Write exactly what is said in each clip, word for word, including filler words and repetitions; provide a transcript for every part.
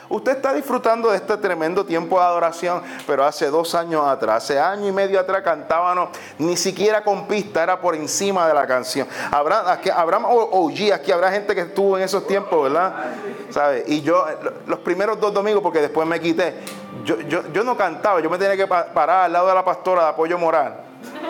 Usted está disfrutando de este tremendo tiempo de adoración, pero hace dos años atrás, hace año y medio atrás cantábamos, ni siquiera con pista, era por encima de la canción. Habrá, aquí, habrá O G, aquí habrá gente que estuvo en esos tiempos, ¿verdad? ¿Sabe? Y yo, los primeros dos domingos, porque después me quité, yo, yo, yo no cantaba, yo me tenía que parar al lado de la pastora de apoyo moral.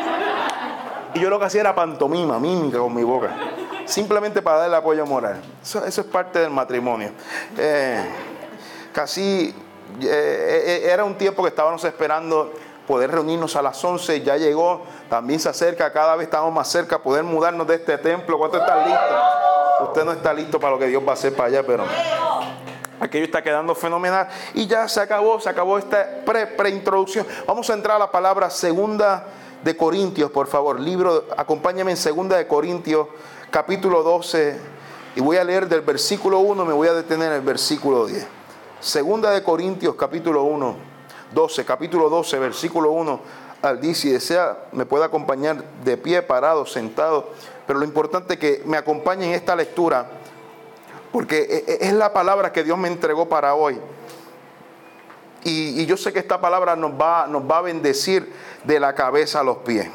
Y yo lo que hacía era pantomima, mímica con mi boca, simplemente para darle apoyo moral. Eso, eso es parte del matrimonio. Eh, casi eh, era un tiempo que estábamos esperando poder reunirnos a las once, ya llegó, también se acerca, cada vez estamos más cerca, poder mudarnos de este templo. ¿Cuántos están listos? Usted no está listo para lo que Dios va a hacer para allá, pero aquello está quedando fenomenal. Y ya se acabó, se acabó esta pre, preintroducción. Vamos a entrar a la palabra segunda de Corintios, por favor. Libro, acompáñame en segunda de Corintios, capítulo doce, y voy a leer del versículo uno, me voy a detener en el versículo diez. Segunda de Corintios, capítulo uno, doce, capítulo doce, versículo uno al diez. Si desea, me puede acompañar de pie, parado, sentado, pero lo importante es que me acompañe en esta lectura, porque es la palabra que Dios me entregó para hoy. Y, y yo sé que esta palabra nos va, nos va a bendecir de la cabeza a los pies.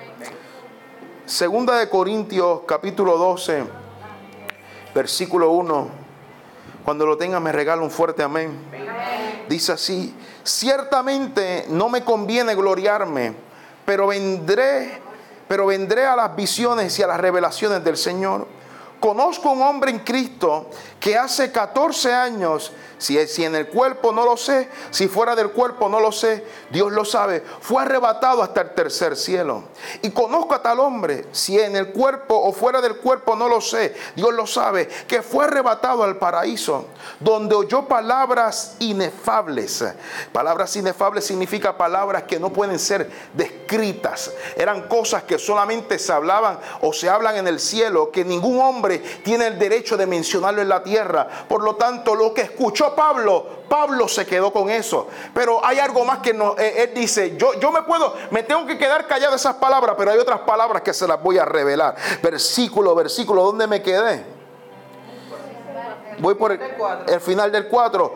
Segunda de Corintios, capítulo doce, versículo uno. Cuando lo tenga me regala un fuerte amén. Dice así: ciertamente no me conviene gloriarme, pero vendré, pero vendré a las visiones y a las revelaciones del Señor. Conozco un hombre en Cristo que hace catorce años, si, si en el cuerpo no lo sé, si fuera del cuerpo no lo sé, Dios lo sabe, fue arrebatado hasta el tercer cielo. Y conozco a tal hombre, si en el cuerpo o fuera del cuerpo no lo sé, Dios lo sabe, que fue arrebatado al paraíso, donde oyó palabras inefables. Palabras inefables significa palabras que no pueden ser descritas. Eran cosas que solamente se hablaban o se hablan en el cielo, que ningún hombre tiene el derecho de mencionarlo en la tierra. Por lo tanto, lo que escuchó Pablo, Pablo se quedó con eso. Pero hay algo más que no, eh, él dice, yo, yo me puedo, me tengo que quedar callado de esas palabras, pero hay otras palabras que se las voy a revelar. Versículo, versículo, ¿dónde me quedé? Voy por el, el final del cuatro.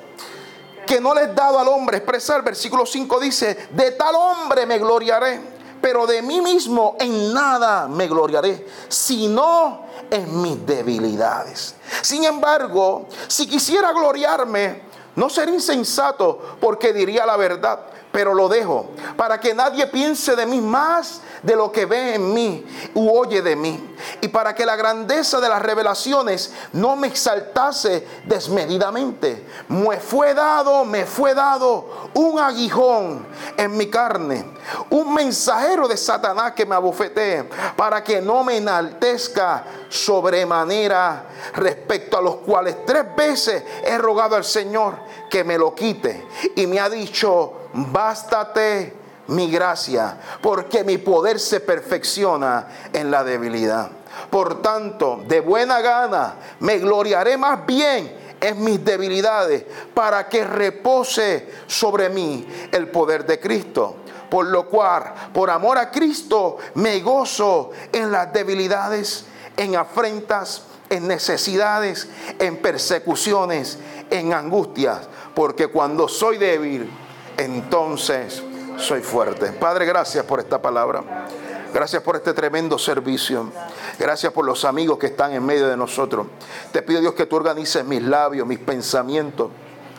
Que no les he dado al hombre expresar. Versículo cinco dice: de tal hombre me gloriaré, pero de mí mismo en nada me gloriaré, sino en mis debilidades. Sin embargo, si quisiera gloriarme, no sería insensato, porque diría la verdad, pero lo dejo, para que nadie piense de mí más de lo que ve en mí u oye de mí, y para que la grandeza de las revelaciones no me exaltase desmedidamente. Me fue dado, me fue dado un aguijón en mi carne, un mensajero de Satanás que me abofetee, para que no me enaltezca sobremanera, respecto a los cuales tres veces he rogado al Señor que me lo quite, y me ha dicho: bástate mi gracia, porque mi poder se perfecciona en la debilidad. Por tanto, de buena gana me gloriaré más bien en mis debilidades, para que repose sobre mí el poder de Cristo. Por lo cual, por amor a Cristo, me gozo en las debilidades, en afrentas, en necesidades, en persecuciones, en angustias, porque cuando soy débil, entonces soy fuerte. Padre, gracias por esta palabra. Gracias por este tremendo servicio. Gracias por los amigos que están en medio de nosotros. Te pido, Dios, que tú organices mis labios, mis pensamientos.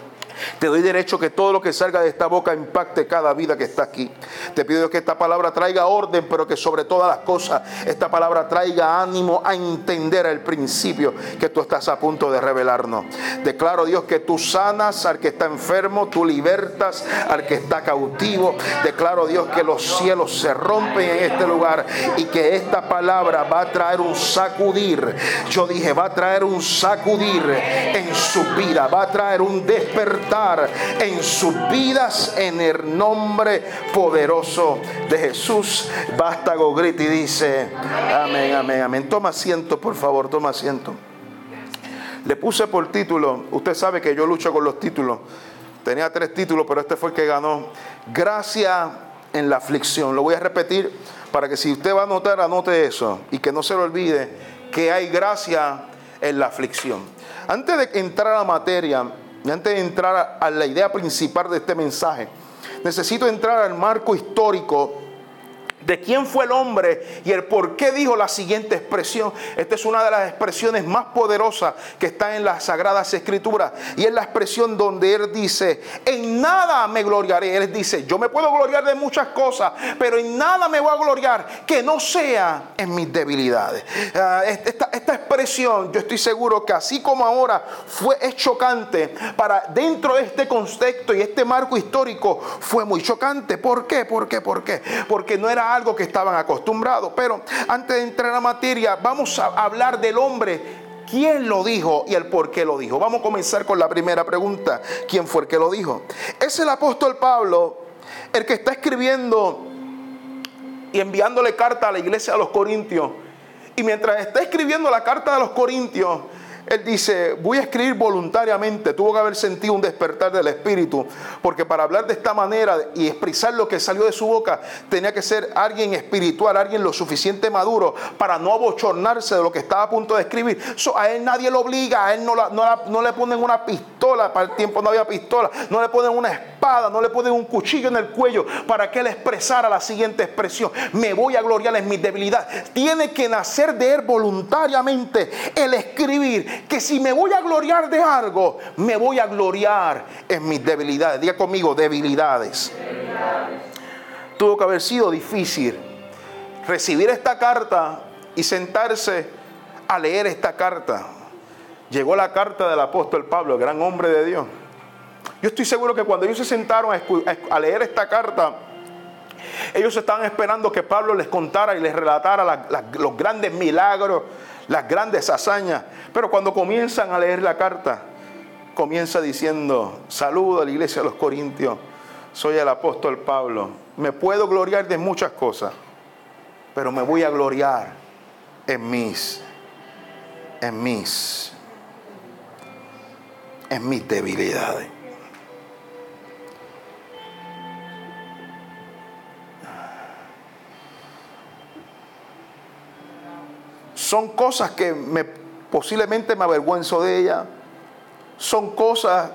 Te doy derecho que todo lo que salga de esta boca impacte cada vida que está aquí. Te pido, Dios, que esta palabra traiga orden, pero que sobre todas las cosas esta palabra traiga ánimo a entender el principio que tú estás a punto de revelarnos. Declaro, Dios, que tú sanas al que está enfermo, tú libertas al que está cautivo. Declaro, Dios, que los cielos se rompen en este lugar y que esta palabra va a traer un sacudir. Yo dije, va a traer un sacudir en su vida, va a traer un despertar en sus vidas, en el nombre poderoso de Jesús. Vástago grita y dice amén, amén, amén. Toma asiento, por favor, toma asiento. Le puse por título, usted sabe que yo lucho con los títulos. Tenía tres títulos, pero este fue el que ganó: gracia en la aflicción. Lo voy a repetir para que, si usted va a anotar, anote eso y que no se lo olvide, que hay gracia en la aflicción. Antes de entrar a la materia, Y antes de entrar a, a la idea principal de este mensaje, necesito entrar al marco histórico de quién fue el hombre y el por qué dijo la siguiente expresión. Esta es una de las expresiones más poderosas que están en las Sagradas Escrituras. Y es la expresión donde él dice, en nada me gloriaré. Él dice, yo me puedo gloriar de muchas cosas, pero en nada me voy a gloriar que no sea en mis debilidades. Uh, esta, esta expresión, yo estoy seguro que así como ahora fue, es chocante, para dentro de este contexto y este marco histórico fue muy chocante. ¿Por qué? ¿Por qué? ¿Por qué? Porque no era algo que estaban acostumbrados. Pero antes de entrar a la materia, vamos a hablar del hombre. ¿Quién lo dijo y el por qué lo dijo? Vamos a comenzar con la primera pregunta. ¿Quién fue el que lo dijo? Es el apóstol Pablo, el que está escribiendo y enviándole carta a la iglesia de los Corintios. Y mientras está escribiendo la carta de los Corintios, él dice, voy a escribir voluntariamente. Tuvo que haber sentido un despertar del Espíritu, porque para hablar de esta manera y expresar lo que salió de su boca, tenía que ser alguien espiritual, alguien lo suficiente maduro para no abochornarse de lo que estaba a punto de escribir. So, a él nadie lo obliga, a él no, la, no, la, no le ponen una pistola, para el tiempo no había pistola, no le ponen una espada, no le ponen un cuchillo en el cuello para que él expresara la siguiente expresión: me voy a gloriar en mis debilidades. Tiene que nacer de él voluntariamente el escribir que si me voy a gloriar de algo, me voy a gloriar en mis debilidades. Diga conmigo, debilidades. debilidades. Tuvo que haber sido difícil recibir esta carta y sentarse a leer esta carta. Llegó la carta del apóstol Pablo, el gran hombre de Dios. Yo estoy seguro que cuando ellos se sentaron a, a leer esta carta, ellos estaban esperando que Pablo les contara y les relatara la, la, los grandes milagros, las grandes hazañas. Pero cuando comienzan a leer la carta, comienza diciendo: saludo a la iglesia de los Corintios, soy el apóstol Pablo. Me puedo gloriar de muchas cosas, pero me voy a gloriar en mis, en mis, en mis debilidades. Son cosas que me, posiblemente me avergüenzo de ellas. Son cosas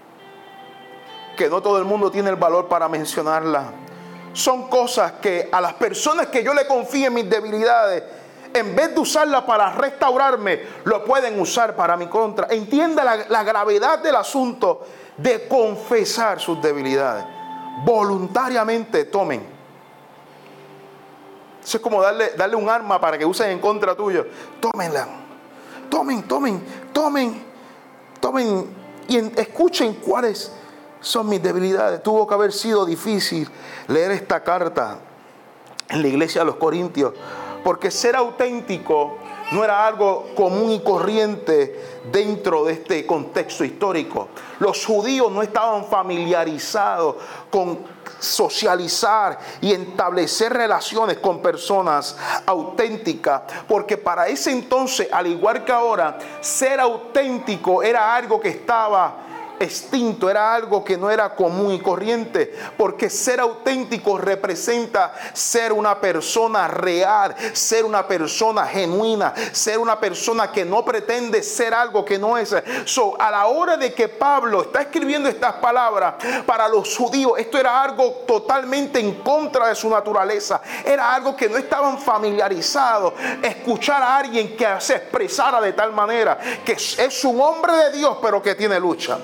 que no todo el mundo tiene el valor para mencionarlas. Son cosas que a las personas que yo le confío en mis debilidades, en vez de usarlas para restaurarme, lo pueden usar para mi contra. Entienda la, la gravedad del asunto de confesar sus debilidades. Voluntariamente tomen. Eso es como darle, darle un arma para que usen en contra tuyo. Tómenla. Tomen, tomen, tomen, tomen y en, escuchen cuáles son mis debilidades. Tuvo que haber sido difícil leer esta carta en la iglesia de los Corintios, porque ser auténtico no era algo común y corriente dentro de este contexto histórico. Los judíos no estaban familiarizados con socializar y establecer relaciones con personas auténticas, porque para ese entonces, al igual que ahora, ser auténtico era algo que estaba extinto, era algo que no era común y corriente, porque ser auténtico representa ser una persona real, ser una persona genuina, ser una persona que no pretende ser algo que no es. So, a la hora de que Pablo está escribiendo estas palabras, para los judíos esto era algo totalmente en contra de su naturaleza, era algo que no estaban familiarizados. Escuchar a alguien que se expresara de tal manera, que es un hombre de Dios pero que tiene lucha,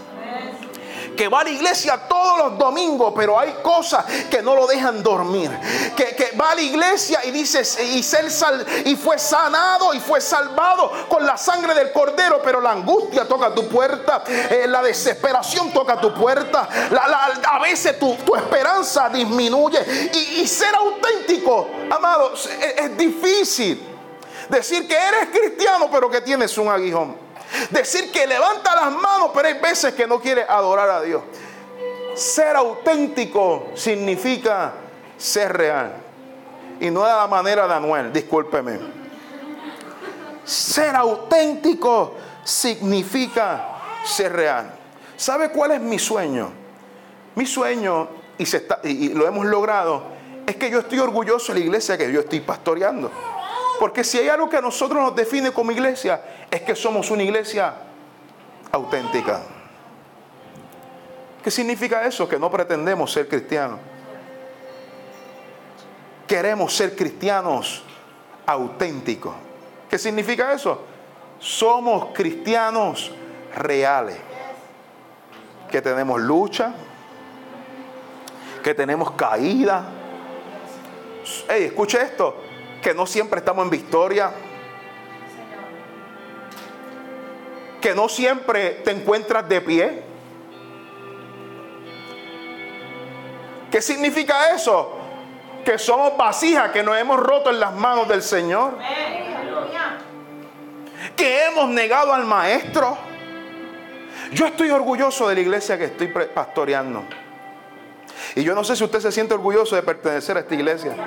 que va a la iglesia todos los domingos, pero hay cosas que no lo dejan dormir, que, que va a la iglesia y dice y, ser sal, y fue sanado y fue salvado con la sangre del cordero, pero la angustia toca tu puerta, eh, la desesperación toca tu puerta, la, la, a veces tu, tu esperanza disminuye, y, y ser auténtico, amados, es, es difícil. Decir que eres cristiano pero que tienes un aguijón. Decir que levanta las manos, pero hay veces que no quiere adorar a Dios. Ser auténtico significa ser real. Y no de la manera de Anuel, discúlpeme. Ser auténtico significa ser real. ¿Sabe cuál es mi sueño? Mi sueño, y, se está, y lo hemos logrado, es que yo estoy orgulloso de la iglesia que yo estoy pastoreando. Porque si hay algo que a nosotros nos define como iglesia, es que somos una iglesia auténtica. ¿Qué significa eso? Que no pretendemos ser cristianos. Queremos ser cristianos auténticos. ¿Qué significa eso? Somos cristianos reales. Que tenemos lucha, que tenemos caída. Hey, escuche esto, que no siempre estamos en victoria, que no siempre te encuentras de pie. ¿Qué significa eso? Que somos vasijas que nos hemos roto en las manos del Señor, que hemos negado al Maestro. Yo estoy orgulloso de la iglesia que estoy pastoreando. Y yo no sé si usted se siente orgulloso de pertenecer a esta iglesia.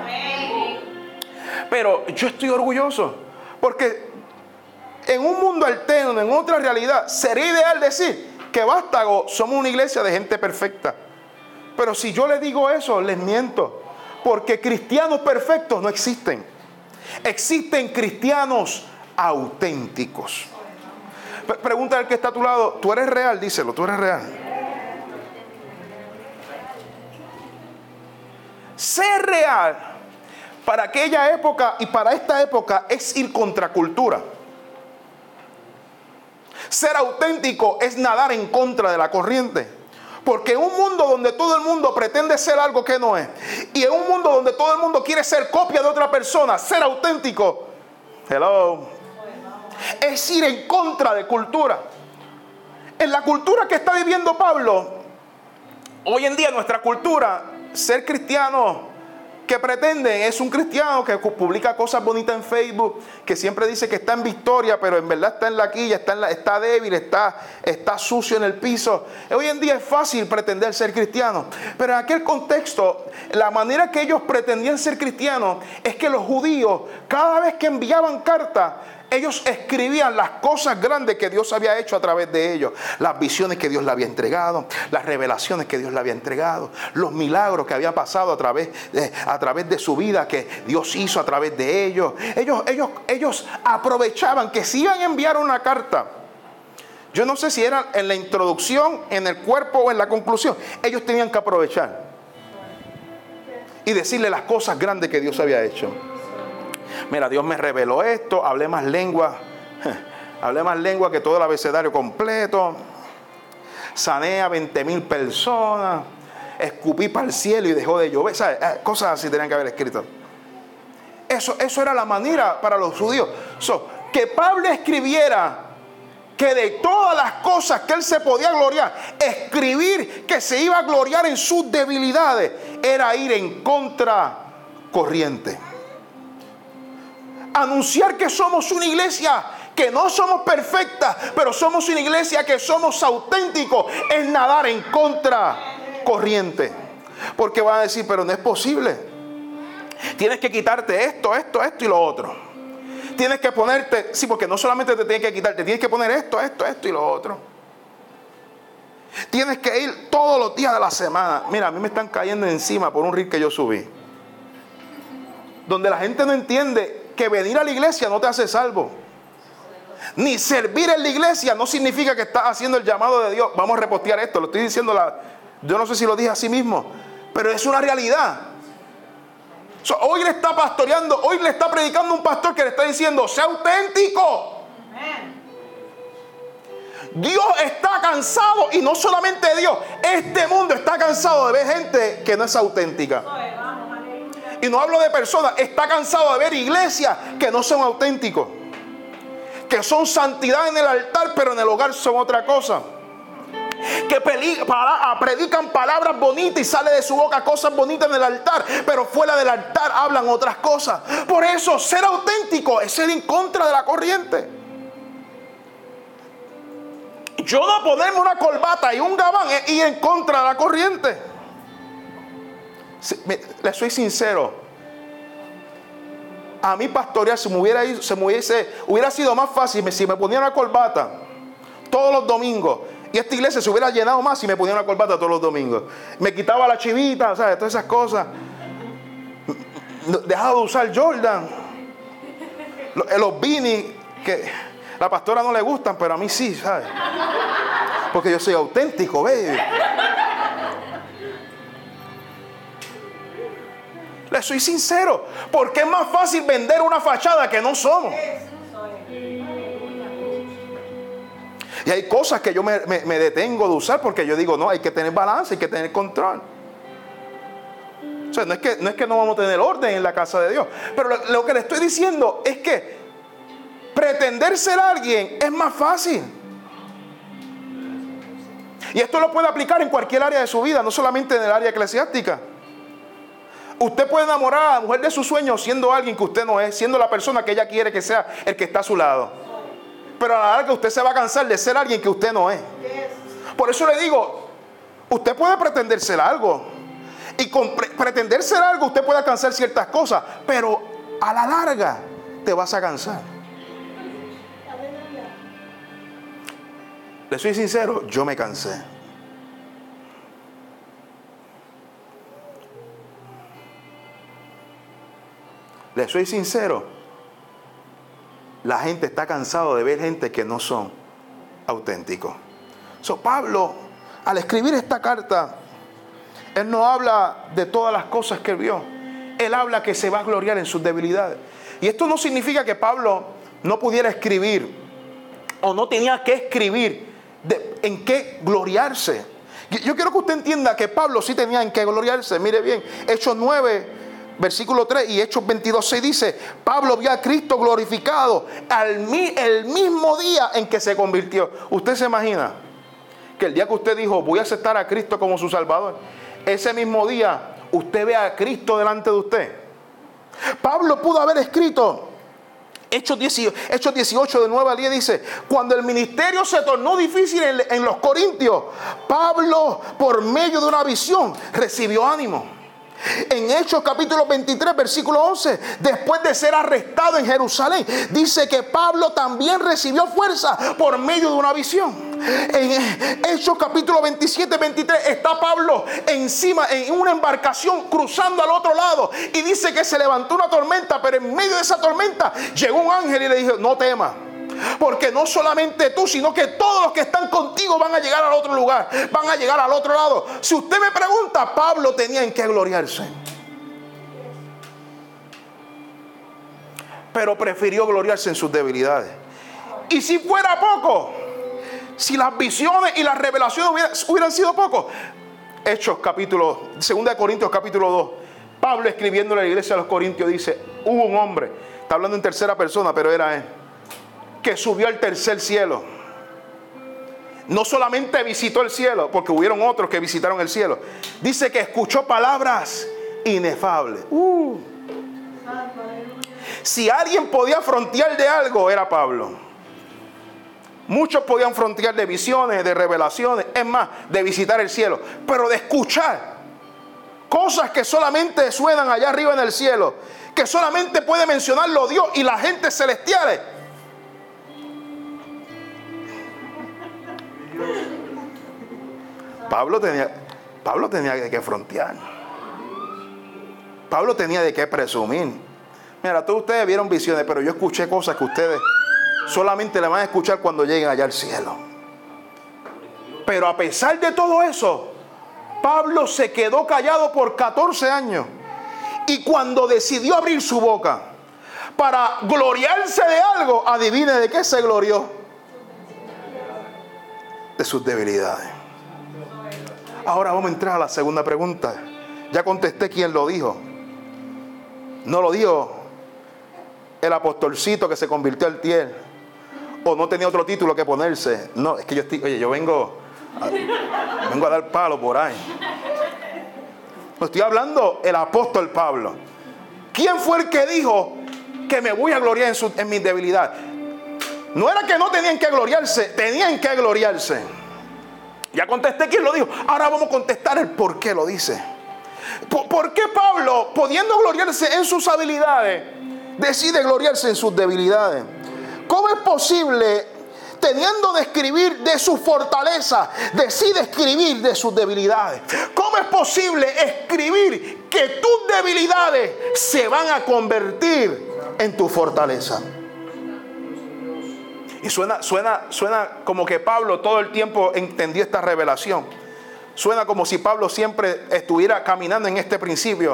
Pero yo estoy orgulloso. Porque en un mundo alterno, en otra realidad, sería ideal decir que Vástago somos una iglesia de gente perfecta. Pero si yo les digo eso, les miento. Porque cristianos perfectos no existen. Existen cristianos auténticos. Pregúntale al que está a tu lado, ¿tú eres real? Díselo, ¿tú eres real? Ser real para aquella época y para esta época es ir contra cultura. Ser auténtico es nadar en contra de la corriente. Porque en un mundo donde todo el mundo pretende ser algo que no es, y en un mundo donde todo el mundo quiere ser copia de otra persona, ser auténtico, hello, es ir en contra de cultura. En la cultura que está viviendo Pablo, hoy en día nuestra cultura, ser cristiano que pretenden es un cristiano que publica cosas bonitas en Facebook, que siempre dice que está en victoria, pero en verdad está en la quilla, está, en la, está débil, está, está sucio en el piso. Hoy en día es fácil pretender ser cristiano, pero en aquel contexto, la manera que ellos pretendían ser cristianos es que los judíos, cada vez que enviaban cartas, ellos escribían las cosas grandes que Dios había hecho a través de ellos. Las visiones que Dios le había entregado, las revelaciones que Dios le había entregado, los milagros que había pasado a través de, a través de su vida, que Dios hizo a través de ellos. Ellos, ellos, ellos aprovechaban que si iban a enviar una carta, yo no sé si era en la introducción, en el cuerpo o en la conclusión, ellos tenían que aprovechar y decirle las cosas grandes que Dios había hecho. Mira, Dios me reveló esto, hablé más lengua, hablé más lengua que todo el abecedario completo, sané a veinte mil personas, escupí para el cielo y dejó de llover, ¿sabes? Cosas así tenían que haber escrito. Eso, eso era la manera para los judíos. So, que Pablo escribiera que de todas las cosas que él se podía gloriar, escribir que se iba a gloriar en sus debilidades, era ir en contra corriente. Anunciar que somos una iglesia que no somos perfectas, pero somos una iglesia que somos auténticos, es nadar en contra corriente. Porque van a decir, pero no es posible. Tienes que quitarte esto, esto, esto y lo otro. Tienes que ponerte, sí, porque no solamente te tienes que quitar, te tienes que poner esto, esto, esto y lo otro. Tienes que ir todos los días de la semana. Mira, a mí me están cayendo encima por un reel que yo subí, donde la gente no entiende que venir a la iglesia no te hace salvo. Ni servir en la iglesia no significa que estás haciendo el llamado de Dios. Vamos a repostear esto, lo estoy diciendo, la, yo no sé si lo dije así mismo, pero es una realidad. So, hoy le está pastoreando, hoy le está predicando un pastor que le está diciendo, sea auténtico. Dios está cansado, y no solamente Dios, este mundo está cansado de ver gente que no es auténtica. Y no hablo de personas, está cansado de ver iglesias que no son auténticos, que son santidad en el altar, pero en el hogar son otra cosa. Que predican palabras bonitas y sale de su boca cosas bonitas en el altar, pero fuera del altar hablan otras cosas. Por eso ser auténtico es ser en contra de la corriente. Yo no ponerme una corbata y un gabán es ir en contra de la corriente. Les soy sincero, a mí pastorear se me hubiera, se me hubiese, hubiera sido más fácil si me ponía una corbata todos los domingos, y esta iglesia se hubiera llenado más si me ponía una corbata todos los domingos. Me quitaba la chivita, ¿sabes? Todas esas cosas. Dejaba de usar Jordan, los, los beanies que a la pastora no le gustan, pero a mí sí, ¿sabes? Porque yo soy auténtico, baby. Les soy sincero, porque es más fácil vender una fachada que no somos. Y hay cosas que yo me, me, me detengo de usar porque yo digo, no, hay que tener balance, hay que tener control. O sea, no es que no, es que no vamos a tener orden en la casa de Dios. Pero lo, lo que le estoy diciendo es que pretender ser alguien es más fácil. Y esto lo puede aplicar en cualquier área de su vida, no solamente en el área eclesiástica. Usted puede enamorar a la mujer de sus sueños siendo alguien que usted no es, siendo la persona que ella quiere que sea el que está a su lado. Pero a la larga usted se va a cansar de ser alguien que usted no es. Por eso le digo, usted puede pretender ser algo. Y con pre- pretender ser algo usted puede alcanzar ciertas cosas. Pero a la larga te vas a cansar. Le soy sincero, yo me cansé. Le soy sincero, la gente está cansado de ver gente que no son auténticos. So, Pablo, al escribir esta carta, él no habla de todas las cosas que él vio. Él habla que se va a gloriar en sus debilidades. Y esto no significa que Pablo no pudiera escribir o no tenía que escribir de, en qué gloriarse. Yo, yo quiero que usted entienda que Pablo sí tenía en qué gloriarse. Mire bien, Hechos nueve, versículo tres y Hechos veintidós, seis dice: Pablo vio a Cristo glorificado al, el mismo día en que se convirtió. ¿Usted se imagina que el día que usted dijo voy a aceptar a Cristo como su Salvador, ese mismo día usted ve a Cristo delante de usted? Pablo pudo haber escrito Hechos dieciocho de nueve al diez, dice: cuando el ministerio se tornó difícil en, en los Corintios, Pablo, por medio de una visión, recibió ánimo. En Hechos capítulo veintitrés, versículo once, después de ser arrestado en Jerusalén, dice que Pablo también recibió fuerza por medio de una visión. En Hechos capítulo veintisiete, veintitrés, está Pablo encima en una embarcación cruzando al otro lado y dice que se levantó una tormenta, pero en medio de esa tormenta llegó un ángel y le dijo: no temas, porque no solamente tú, sino que todos los que están contigo van a llegar al otro lugar, van a llegar al otro lado. Si usted me pregunta, Pablo tenía en qué gloriarse, pero prefirió gloriarse en sus debilidades. Y si fuera poco, si las visiones y las revelaciones hubieran, hubieran sido poco, Hechos capítulo, segunda de Corintios capítulo dos, Pablo escribiéndole a la iglesia de los Corintios dice: hubo un hombre, está hablando en tercera persona, pero era él, que subió al tercer cielo. No solamente visitó el cielo, porque hubieron otros que visitaron el cielo. Dice que escuchó palabras inefables. Uh. Si alguien podía frontear de algo, era Pablo. Muchos podían frontear de visiones, de revelaciones, es más, de visitar el cielo. Pero de escuchar cosas que solamente suenan allá arriba en el cielo, que solamente puede mencionarlo Dios y la gente celestiales. Pablo tenía, Pablo tenía de qué frontear. Pablo tenía de qué presumir. Mira, todos ustedes vieron visiones, pero yo escuché cosas que ustedes solamente le van a escuchar cuando lleguen allá al cielo. Pero a pesar de todo eso, Pablo se quedó callado por catorce años. Y cuando decidió abrir su boca para gloriarse de algo, adivine de qué se glorió: de sus debilidades. Ahora vamos a entrar a la segunda pregunta. Ya contesté quién lo dijo. No lo dijo el apostolcito que se convirtió al tiel, o no tenía otro título que ponerse. No, es que yo estoy, oye, yo vengo a, vengo a dar palo por ahí. No estoy hablando el apóstol Pablo. ¿Quién fue el que dijo que me voy a gloriar en, su, en mis debilidades? No era que no tenían que gloriarse, tenían que gloriarse. Ya contesté quién lo dijo. Ahora vamos a contestar el por qué lo dice. ¿Por, por qué Pablo, pudiendo gloriarse en sus habilidades, decide gloriarse en sus debilidades? ¿Cómo es posible, teniendo de escribir de su fortaleza, decide escribir de sus debilidades? ¿Cómo es posible escribir que tus debilidades se van a convertir en tu fortaleza? Y suena, suena, suena como que Pablo todo el tiempo entendió esta revelación. Suena como si Pablo siempre estuviera caminando en este principio.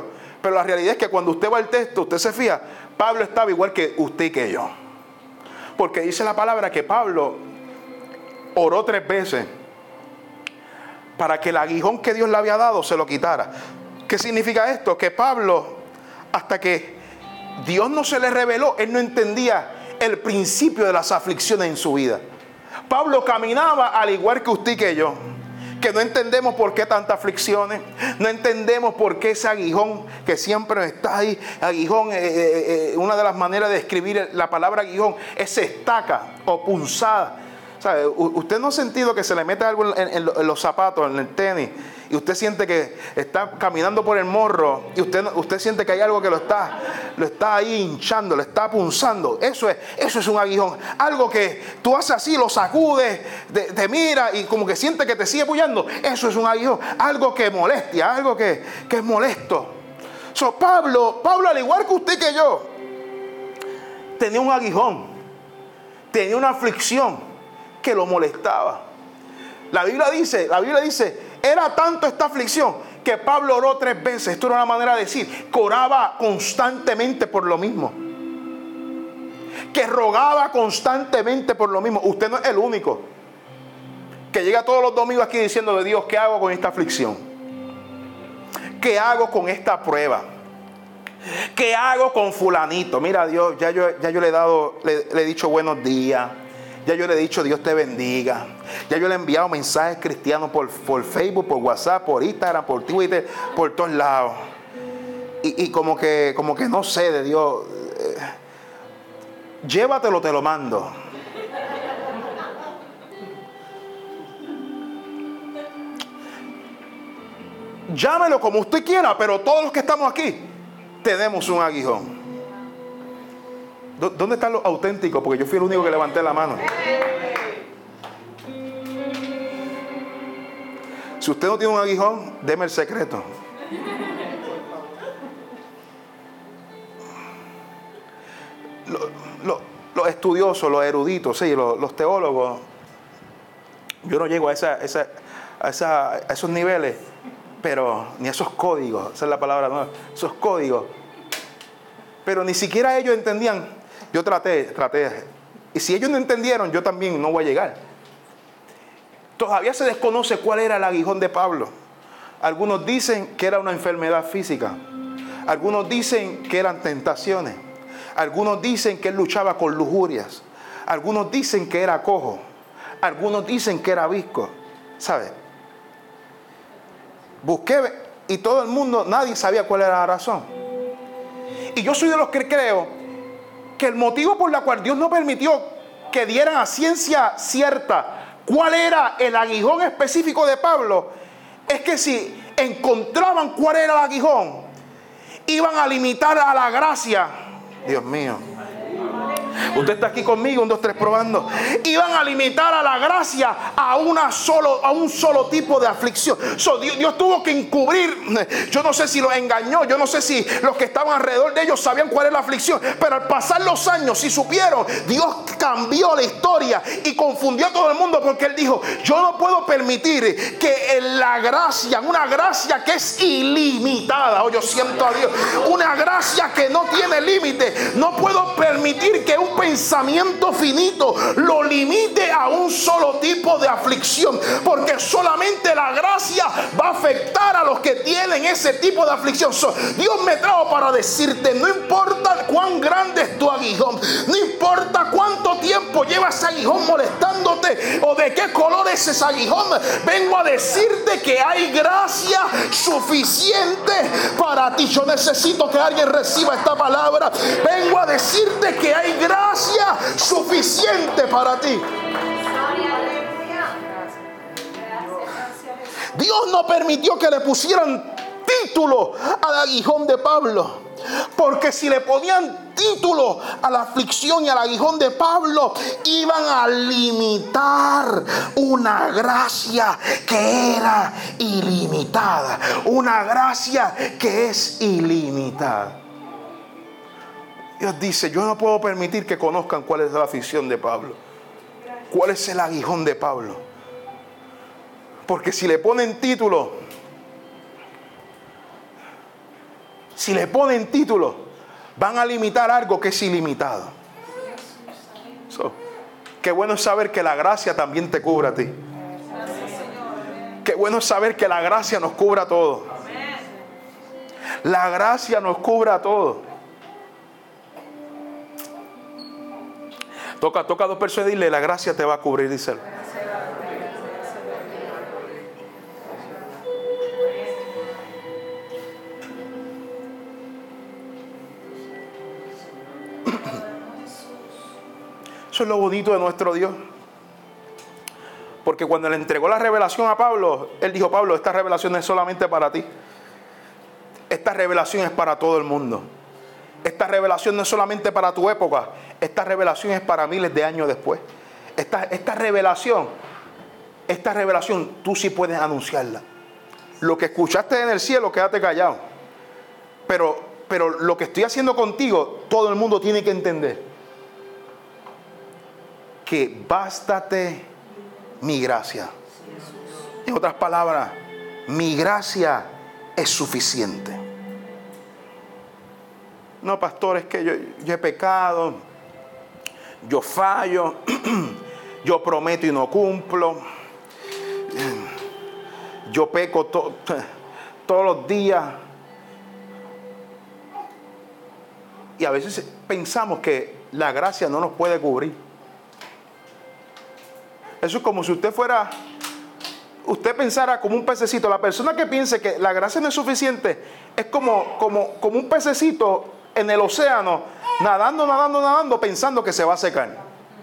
Pero la realidad es que cuando usted va al texto, usted se fija, Pablo estaba igual que usted y que yo. Porque dice la palabra que Pablo oró tres veces para que el aguijón que Dios le había dado se lo quitara. ¿Qué significa esto? Que Pablo, hasta que Dios no se le reveló, él no entendía el principio de las aflicciones en su vida. Pablo caminaba al igual que usted y que yo, que no entendemos por qué tantas aflicciones, no entendemos por qué ese aguijón que siempre está ahí. Aguijón, eh, eh, eh, una de las maneras de escribir la palabra aguijón es estaca o punzada. ¿Sabe? Usted no ha sentido que se le mete algo en, en, en los zapatos, en el tenis, y usted siente que está caminando por el morro y usted, usted siente que hay algo que lo está, lo está ahí hinchando, lo está punzando. Eso es, eso es un aguijón. Algo que tú haces así, lo sacudes, te, te mira y como que siente que te sigue pullando. Eso es un aguijón. Algo que molestia, algo que, que es molesto. So, Pablo, Pablo, al igual que usted y que yo, tenía un aguijón, tenía una aflicción que lo molestaba. La Biblia dice, la Biblia dice, era tanto esta aflicción que Pablo oró tres veces. Esto era una manera de decir que oraba constantemente por lo mismo, que rogaba constantemente por lo mismo. Usted no es el único que llega todos los domingos aquí diciendo de Dios, ¿qué hago con esta aflicción? ¿Qué hago con esta prueba? ¿Qué hago con fulanito? Mira, Dios, ya yo, ya yo le he dado, le, le he dicho buenos días. Ya yo le he dicho Dios te bendiga. Ya yo le he enviado mensajes cristianos por, por Facebook, por WhatsApp, por Instagram, por Twitter, por todos lados. Y, y como que como que no sé de Dios. Eh, llévatelo, te lo mando. Llámelo como usted quiera, pero todos los que estamos aquí tenemos un aguijón. ¿Dónde están los auténticos? Porque yo fui el único que levanté la mano. Si usted no tiene un aguijón, deme el secreto. Los, los, los estudiosos, los eruditos, sí, los, los teólogos, yo no llego a, esa, esa, a, esa, a esos niveles, pero ni a esos códigos, esa es la palabra, no, esos códigos. Pero ni siquiera ellos entendían. Yo traté, traté. Y si ellos no entendieron, yo también no voy a llegar. Todavía se desconoce cuál era el aguijón de Pablo. Algunos dicen que era una enfermedad física. Algunos dicen que eran tentaciones. Algunos dicen que él luchaba con lujurias. Algunos dicen que era cojo. Algunos dicen que era visco. ¿Sabe? Busqué y todo el mundo, nadie sabía cuál era la razón. Y yo soy de los que creo que el motivo por el cual Dios no permitió que dieran a ciencia cierta cuál era el aguijón específico de Pablo, es que si encontraban cuál era el aguijón, iban a limitar a la gracia. Dios mío. Usted está aquí conmigo, un, dos, tres, probando. Iban a limitar a la gracia a, una solo, a un solo tipo de aflicción. So, Dios, Dios tuvo que encubrir. Yo no sé si los engañó. Yo no sé si los que estaban alrededor de ellos sabían cuál es la aflicción. Pero al pasar los años, si supieron, Dios cambió la historia y confundió a todo el mundo, porque Él dijo, yo no puedo permitir que la gracia, una gracia que es ilimitada, oh, yo siento a Dios, una gracia que no tiene límite, no puedo permitir que un pensamiento finito lo limite a un solo tipo de aflicción, porque solamente la gracia va a afectar a los que tienen ese tipo de aflicción. So, Dios me trajo para decirte, no importa cuán grande es tu aguijón, no importa cuánto tiempo lleva ese aguijón molestándote o de qué color es ese aguijón, vengo a decirte que hay gracia suficiente para ti. Yo necesito que alguien reciba esta palabra. Vengo a decirte que hay gracia suficiente para ti. Dios no permitió que le pusieran título al aguijón de Pablo, porque si le ponían título a la aflicción y al aguijón de Pablo, iban a limitar una gracia que era ilimitada, una gracia que es ilimitada. Dios dice, yo no puedo permitir que conozcan cuál es la aflicción de Pablo, cuál es el aguijón de Pablo, porque si le ponen título, si le ponen título, van a limitar algo que es ilimitado. So, qué bueno es saber que la gracia también te cubre a ti. Qué bueno es saber que la gracia nos cubre a todos. La gracia nos cubre a todos. Toca, toca a dos personas y dile, la gracia te va a cubrir, díselo. Eso es lo bonito de nuestro Dios. Porque cuando le entregó la revelación a Pablo, él dijo, Pablo, esta revelación no es solamente para ti. Esta revelación es para todo el mundo. Esta revelación no es solamente para tu época. Esta revelación es para miles de años después. Esta, esta revelación, esta revelación, tú sí puedes anunciarla. Lo que escuchaste en el cielo, quédate callado. Pero, pero lo que estoy haciendo contigo, todo el mundo tiene que entender. Que bástate mi gracia. En otras palabras, mi gracia es suficiente. No, pastor, es que yo, yo he pecado, yo fallo, yo prometo y no cumplo, yo peco to, todos los días. Y a veces pensamos que la gracia no nos puede cubrir. Eso es como si usted fuera, usted pensara como un pececito. La persona que piense que la gracia no es suficiente es como, como, como un pececito en el océano, nadando, nadando, nadando, pensando que se va a secar.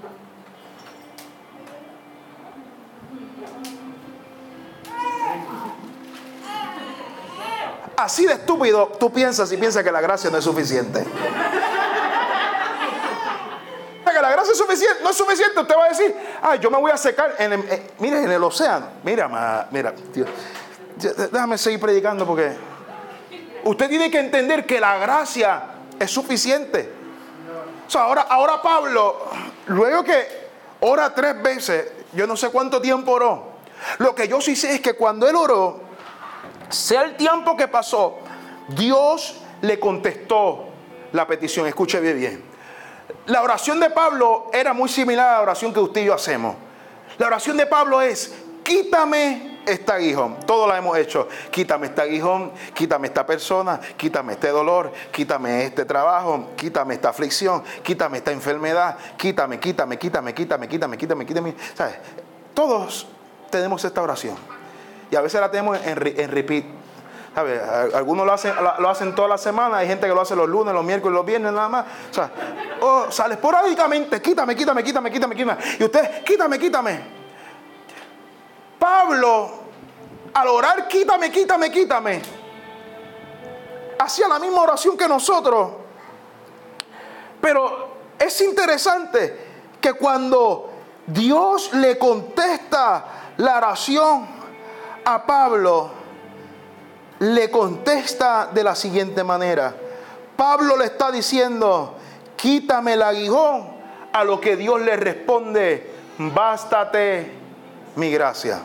Así de estúpido tú piensas y piensas que la gracia no es suficiente. Que la gracia es suficiente, no es suficiente, usted va a decir, ay, yo me voy a secar en el, eh, mire, en el océano. Mira, ma, mira, Dios, déjame seguir predicando porque usted tiene que entender que la gracia es suficiente. O sea, ahora, ahora Pablo, luego que ora tres veces, yo no sé cuánto tiempo oró. Lo que yo sí sé es que cuando él oró, sea el tiempo que pasó, Dios le contestó la petición. Escuche bien, bien. La oración de Pablo era muy similar a la oración que usted y yo hacemos. La oración de Pablo es, quítame este aguijón. Todos la hemos hecho. Quítame este aguijón, quítame esta persona, quítame este dolor, quítame este trabajo, quítame esta aflicción, quítame esta enfermedad, quítame, quítame, quítame, quítame, quítame, quítame, quítame. ¿Sabes? Todos tenemos esta oración. Y a veces la tenemos en, en repeat. ¿Sabes? Algunos lo hacen, lo hacen toda la semana. Hay gente que lo hace los lunes, los miércoles, los viernes nada más. O sea, oh, sale esporádicamente. Quítame, quítame, quítame, quítame, quítame. Y usted, quítame, quítame. Pablo, al orar, quítame, quítame, quítame, hacía la misma oración que nosotros. Pero es interesante que cuando Dios le contesta la oración a Pablo, le contesta de la siguiente manera. Pablo le está diciendo, quítame el aguijón, a lo que Dios le responde, bástate mi gracia.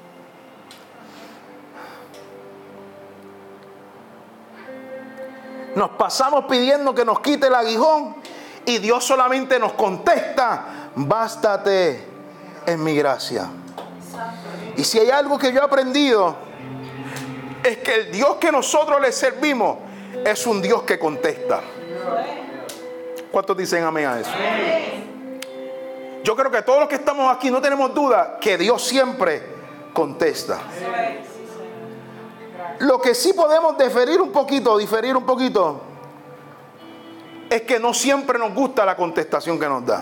Nos pasamos pidiendo que nos quite el aguijón y Dios solamente nos contesta, bástate en mi gracia. Y si hay algo que yo he aprendido, es que el Dios que nosotros le servimos es un Dios que contesta. ¿Cuántos dicen amén a eso? Yo creo que todos los que estamos aquí no tenemos duda que Dios siempre contesta. Lo que sí podemos diferir un poquito, diferir un poquito, es que no siempre nos gusta la contestación que nos da.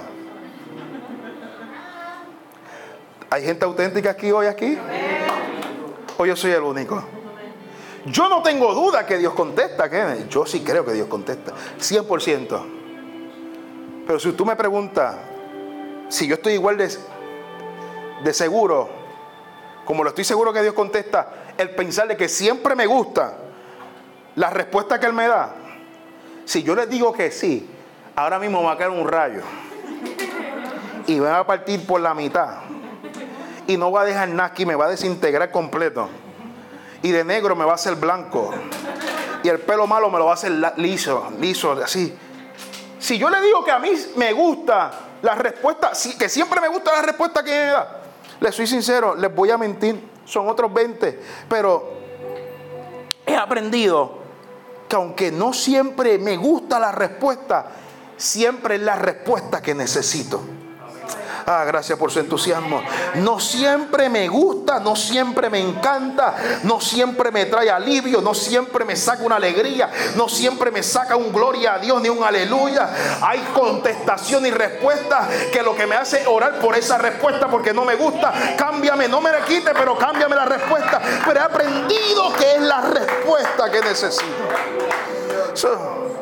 ¿Hay gente auténtica aquí hoy aquí? ¿O yo soy el único? Yo no tengo duda que Dios contesta, ¿qué? Yo sí creo que Dios contesta, cien por ciento. Pero si tú me preguntas si yo estoy igual de, de seguro, como lo estoy seguro que Dios contesta, el pensar de que siempre me gusta la respuesta que Él me da. Si yo les digo que sí, ahora mismo me va a caer un rayo y me va a partir por la mitad y no va a dejar nada aquí, me va a desintegrar completo. Y de negro me va a hacer blanco. y el pelo malo me lo va a hacer liso, liso, así. Si yo le digo que a mí me gusta la respuesta, que siempre me gusta la respuesta que me da, les soy sincero, les voy a mentir, son otros veinte, pero he aprendido que aunque no siempre me gusta la respuesta, siempre es la respuesta que necesito. Ah, gracias por su entusiasmo. No siempre me gusta, no siempre me encanta, no siempre me trae alivio, no siempre me saca una alegría, no siempre me saca un gloria a Dios ni un aleluya. Hay contestación y respuesta que lo que me hace orar por esa respuesta porque no me gusta. Cámbiame, no me la quite, pero cámbiame la respuesta. Pero he aprendido que es la respuesta que necesito. So,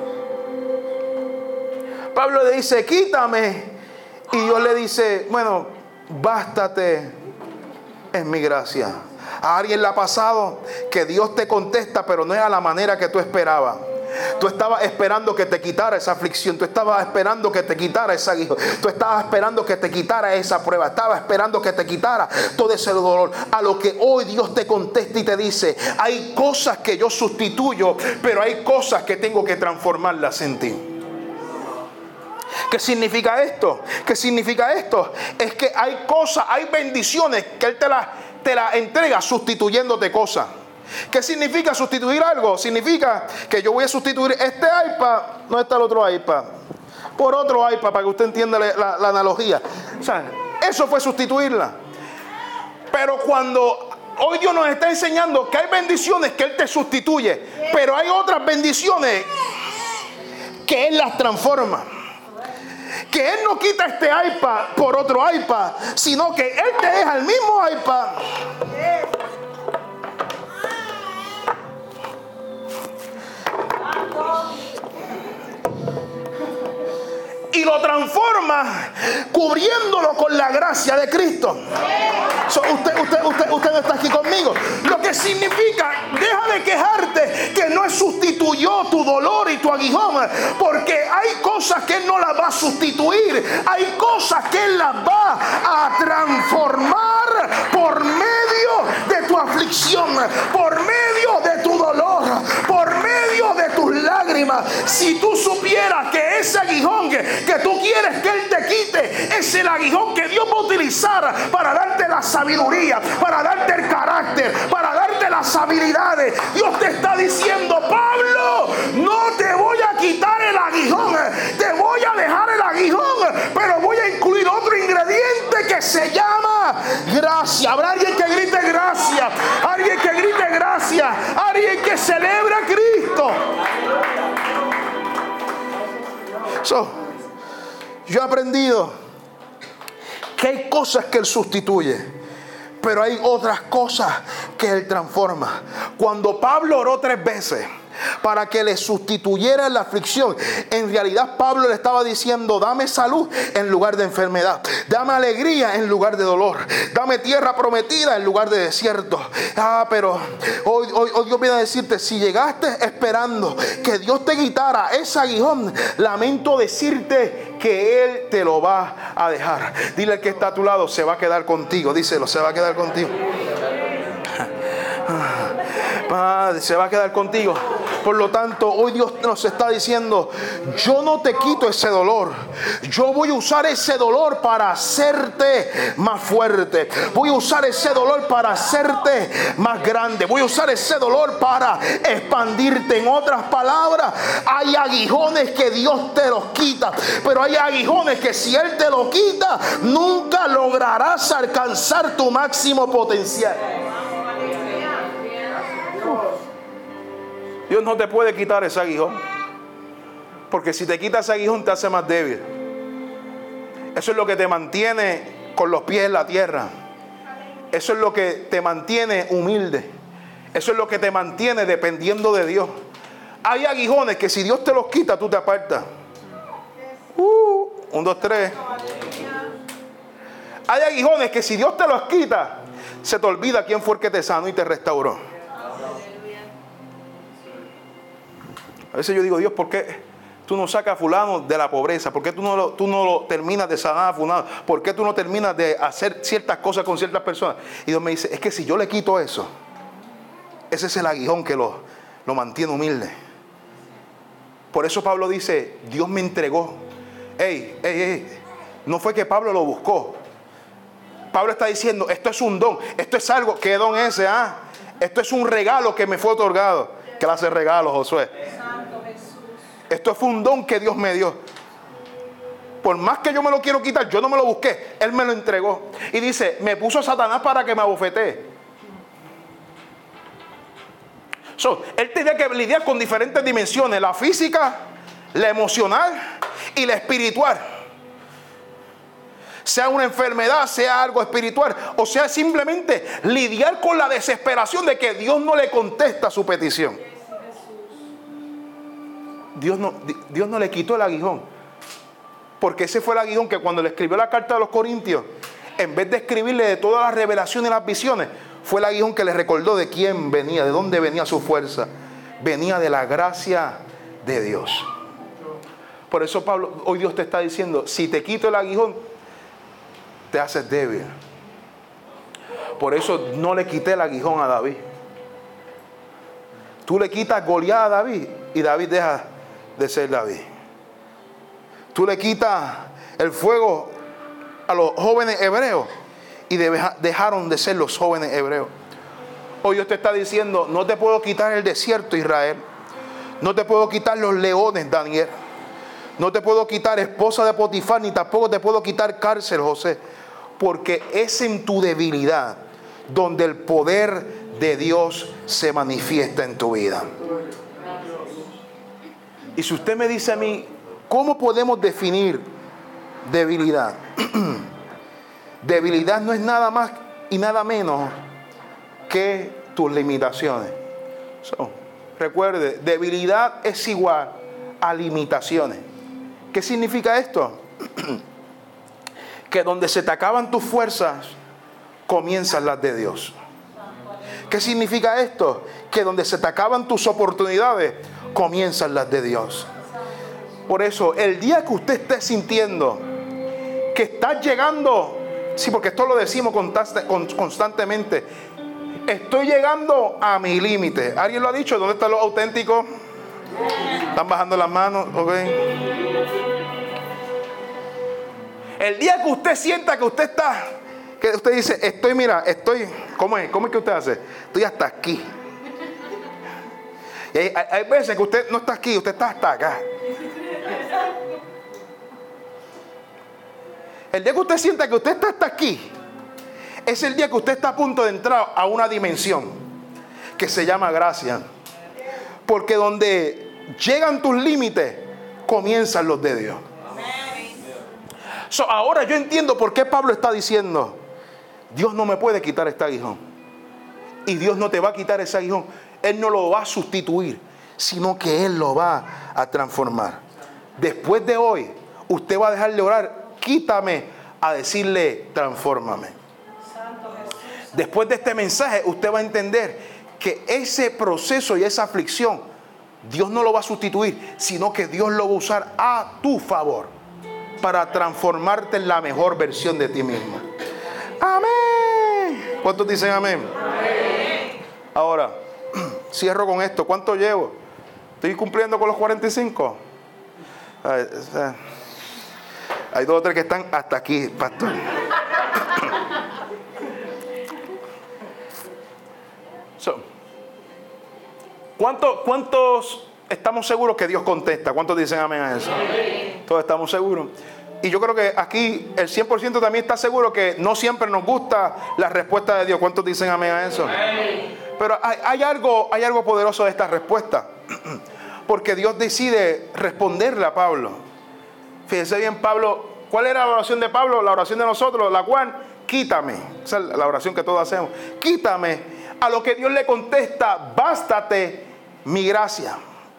Pablo le dice, quítame. Y Dios le dice, bueno, bástate en mi gracia. A alguien le ha pasado que Dios te contesta, pero no es a la manera que tú esperabas. Tú estabas esperando que te quitara esa aflicción. Tú estabas esperando que te quitara ese aguijón. Tú estabas esperando que te quitara esa prueba. Estabas esperando que te quitara todo ese dolor. A lo que hoy Dios te contesta y te dice, hay cosas que yo sustituyo, pero hay cosas que tengo que transformarlas en ti. ¿Qué significa esto? ¿Qué significa esto? Es que hay cosas, hay bendiciones que Él te las te la entrega sustituyéndote cosas. ¿Qué significa sustituir algo? Significa que yo voy a sustituir este iPad, no está el otro iPad, por otro iPad, para que usted entienda la, la, la analogía. O sea, eso fue sustituirla. Pero cuando hoy Dios nos está enseñando que hay bendiciones que Él te sustituye, pero hay otras bendiciones que Él las transforma. Que Él no quita este iPad por otro iPad, sino que Él te deja el mismo iPad. Y lo transforma cubriéndolo con la gracia de Cristo. So, usted, usted, usted, usted no está aquí conmigo. Lo que significa, deja de quejarte que no sustituyó tu dolor y tu aguijón, porque hay cosas que Él no las va a sustituir. Hay cosas que Él las va a transformar por medio de tu aflicción, por medio de tu dolor, por medio de tus lágrimas. Si tú supieras que ese aguijón que, que tú quieres que Él te quite es el aguijón que Dios va a utilizar para darte la sabiduría, para darte el carácter, para darte las habilidades. Dios te está diciendo, Pablo, no te voy a quitar el aguijón, te voy a dejar el aguijón, pero voy a incluir otro ingrediente que se llama gracia. Habrá alguien que grite gracia, alguien que grite gracia, alguien que celebre a Cristo. So, yo he aprendido que hay cosas que Él sustituye, pero hay otras cosas que Él transforma. Cuando Pablo oró tres veces para que le sustituyera la aflicción, en realidad Pablo le estaba diciendo, dame salud en lugar de enfermedad, dame alegría en lugar de dolor, dame tierra prometida en lugar de desierto. Ah, pero hoy, hoy, hoy Dios viene a decirte, si llegaste esperando que Dios te quitara ese aguijón, lamento decirte que Él te lo va a dejar. Dile al que está a tu lado, se va a quedar contigo. Díselo, se va a quedar contigo. Ah, se va a quedar contigo. Por lo tanto, hoy Dios nos está diciendo, yo no te quito ese dolor, yo voy a usar ese dolor para hacerte más fuerte, voy a usar ese dolor para hacerte más grande, voy a usar ese dolor para expandirte. En otras palabras, hay aguijones que Dios te los quita, pero hay aguijones que si Él te los quita, nunca lograrás alcanzar tu máximo potencial. Dios no te puede quitar ese aguijón, porque si te quita ese aguijón te hace más débil. Eso es lo que te mantiene con los pies en la tierra. Eso es lo que te mantiene humilde. Eso es lo que te mantiene dependiendo de Dios. Hay aguijones que si Dios te los quita, tú te apartas. Uh, un, dos, tres. Hay aguijones que si Dios te los quita, se te olvida quién fue el que te sanó y te restauró. A veces yo digo, Dios, ¿por qué tú no sacas a fulano de la pobreza? ¿Por qué tú no, lo, tú no lo terminas de sanar a fulano? ¿Por qué tú no terminas de hacer ciertas cosas con ciertas personas? Y Dios me dice, es que si yo le quito eso, ese es el aguijón que lo, lo mantiene humilde. Por eso Pablo dice, Dios me entregó. Ey, ey, ey. No fue que Pablo lo buscó. Pablo está diciendo, esto es un don. Esto es algo. ¿Qué don es ese? Ah? Esto es un regalo que me fue otorgado. ¿Qué clase de regalo, Josué? Esto fue un don que Dios me dio. Por más que yo me lo quiero quitar, yo no me lo busqué. Él me lo entregó. Y dice, me puso Satanás para que me abofetee. So, él tenía que lidiar con diferentes dimensiones. La física, la emocional y la espiritual. Sea una enfermedad, sea algo espiritual, o sea simplemente lidiar con la desesperación de que Dios no le contesta su petición. Dios no, Dios no le quitó el aguijón, porque ese fue el aguijón que cuando le escribió la carta a los Corintios, en vez de escribirle de todas las revelaciones y las visiones, fue el aguijón que le recordó de quién venía, de dónde venía su fuerza. Venía de la gracia de Dios. Por eso Pablo, hoy Dios te está diciendo, si te quito el aguijón, te haces débil. Por eso no le quité el aguijón a David. Tú le quitas Goliat a David y David deja de ser David. Tú le quitas el fuego a los jóvenes hebreos y dejaron de ser los jóvenes hebreos. Hoy Dios te está diciendo, no te puedo quitar el desierto, Israel. No te puedo quitar los leones, Daniel. No te puedo quitar esposa de Potifar, ni tampoco te puedo quitar cárcel, José. Porque es en tu debilidad donde el poder de Dios se manifiesta en tu vida. Y si usted me dice a mí, ¿cómo podemos definir debilidad? Debilidad no es nada más y nada menos que tus limitaciones. So, recuerde, debilidad es igual a limitaciones. ¿Qué significa esto? Que donde se te acaban tus fuerzas, comienzan las de Dios. ¿Qué significa esto? Que donde se te acaban tus oportunidades, comienzan las de Dios. Por eso, el día que usted esté sintiendo que está llegando, sí, porque esto lo decimos constantemente, estoy llegando a mi límite. ¿Alguien lo ha dicho? ¿Dónde están los auténticos? Están bajando las manos, ok. El día que usted sienta que usted está, que usted dice, estoy, mira, estoy, ¿cómo es? ¿Cómo es que usted hace? Estoy hasta aquí. Y hay, hay veces que usted no está aquí, usted está hasta acá. El día que usted sienta que usted está hasta aquí, es el día que usted está a punto de entrar a una dimensión que se llama gracia. Porque donde llegan tus límites, comienzan los de Dios. So, ahora yo entiendo por qué Pablo está diciendo, Dios no me puede quitar este aguijón. Y Dios no te va a quitar ese aguijón. Él no lo va a sustituir, sino que Él lo va a transformar. Después de hoy, usted va a dejar de orar, quítame, a decirle, transfórmame. Después de este mensaje, usted va a entender que ese proceso y esa aflicción, Dios no lo va a sustituir, sino que Dios lo va a usar a tu favor para transformarte en la mejor versión de ti mismo. Amén. ¿Cuántos dicen amén? Amén. Ahora, cierro con esto. ¿Cuánto llevo? ¿Estoy cumpliendo con los cuarenta y cinco? Ay, o sea, hay dos o tres que están hasta aquí, pastor. So, ¿cuántos, ¿Cuántos estamos seguros que Dios contesta? ¿Cuántos dicen amén a eso? Amén. Todos estamos seguros. Y yo creo que aquí el cien por ciento también está seguro que no siempre nos gusta la respuesta de Dios. ¿Cuántos dicen amén a eso? Amén. Pero hay, hay, algo, hay algo poderoso de esta respuesta. Porque Dios decide responderle a Pablo. Fíjense bien, Pablo, ¿cuál era la oración de Pablo? La oración de nosotros, la cual, quítame. Esa es la oración que todos hacemos. Quítame. A lo que Dios le contesta, bástate mi gracia.